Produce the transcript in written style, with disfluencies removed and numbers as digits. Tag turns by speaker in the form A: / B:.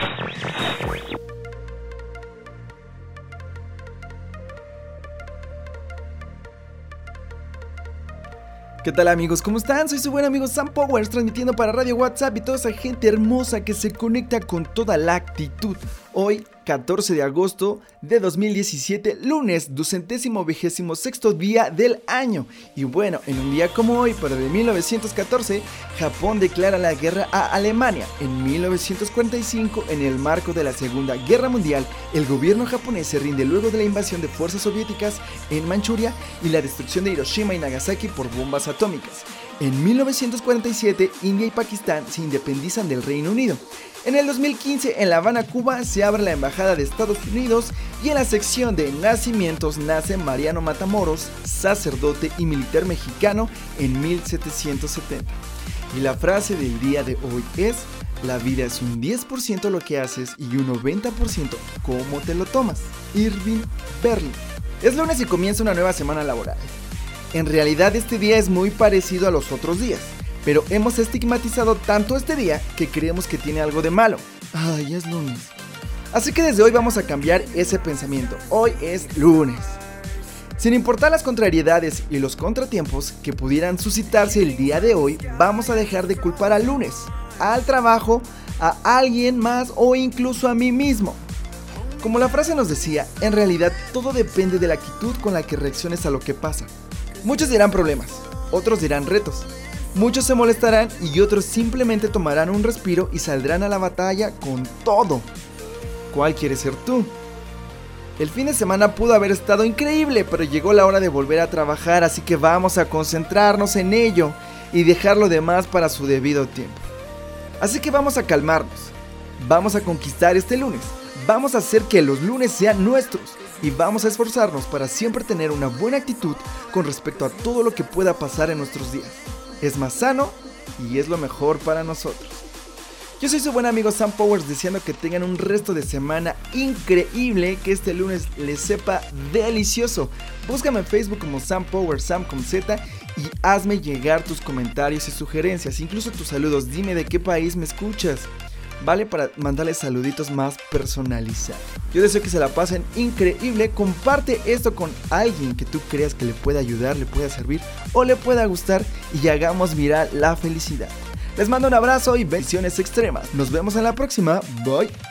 A: ¿Qué tal amigos? ¿Cómo están? Soy su buen amigo Sam Powers, transmitiendo para Radio WhatsApp y toda esa gente hermosa que se conecta con toda la actitud. Hoy, 14 de agosto de 2017, lunes, 226º día del año. Y bueno, en un día como hoy, pero de 1914, Japón declara la guerra a Alemania. En 1945, en el marco de la Segunda Guerra Mundial, el gobierno japonés se rinde luego de la invasión de fuerzas soviéticas en Manchuria y la destrucción de Hiroshima y Nagasaki por bombas atómicas. En 1947, India y Pakistán se independizan del Reino Unido. En el 2015, en La Habana, Cuba, se abre la Embajada de Estados Unidos y en la sección de nacimientos nace Mariano Matamoros, sacerdote y militar mexicano en 1770. Y la frase del día de hoy es: la vida es un 10% lo que haces y un 90% cómo te lo tomas. Irving Berlin. Es lunes y comienza una nueva semana laboral. En realidad este día es muy parecido a los otros días, pero hemos estigmatizado tanto este día que creemos que tiene algo de malo. Ay, es lunes. Así que desde hoy vamos a cambiar ese pensamiento. Hoy es lunes. Sin importar las contrariedades y los contratiempos que pudieran suscitarse el día de hoy, vamos a dejar de culpar al lunes, al trabajo, a alguien más o incluso a mí mismo. Como la frase nos decía, en realidad todo depende de la actitud con la que reacciones a lo que pasa. Muchos dirán problemas, otros dirán retos. Muchos se molestarán y otros simplemente tomarán un respiro y saldrán a la batalla con todo. ¿Cuál quieres ser tú? El fin de semana pudo haber estado increíble, pero llegó la hora de volver a trabajar, así que vamos a concentrarnos en ello y dejar lo demás para su debido tiempo. Así que vamos a calmarnos, vamos a conquistar este lunes, vamos a hacer que los lunes sean nuestros y vamos a esforzarnos para siempre tener una buena actitud con respecto a todo lo que pueda pasar en nuestros días. Es más sano y es lo mejor para nosotros. Yo soy su buen amigo Sam Powers, deseando que tengan un resto de semana increíble, que este lunes les sepa delicioso. Búscame en Facebook como Sam Powers, Sam con Z, y hazme llegar tus comentarios y sugerencias, incluso tus saludos. Dime de qué país me escuchas, ¿vale? Para mandarles saluditos más personalizados. Yo deseo que se la pasen increíble. Comparte esto con alguien que tú creas que le pueda ayudar, le pueda servir o le pueda gustar, y hagamos viral la felicidad. Les mando un abrazo y bendiciones extremas. Nos vemos en la próxima. Bye.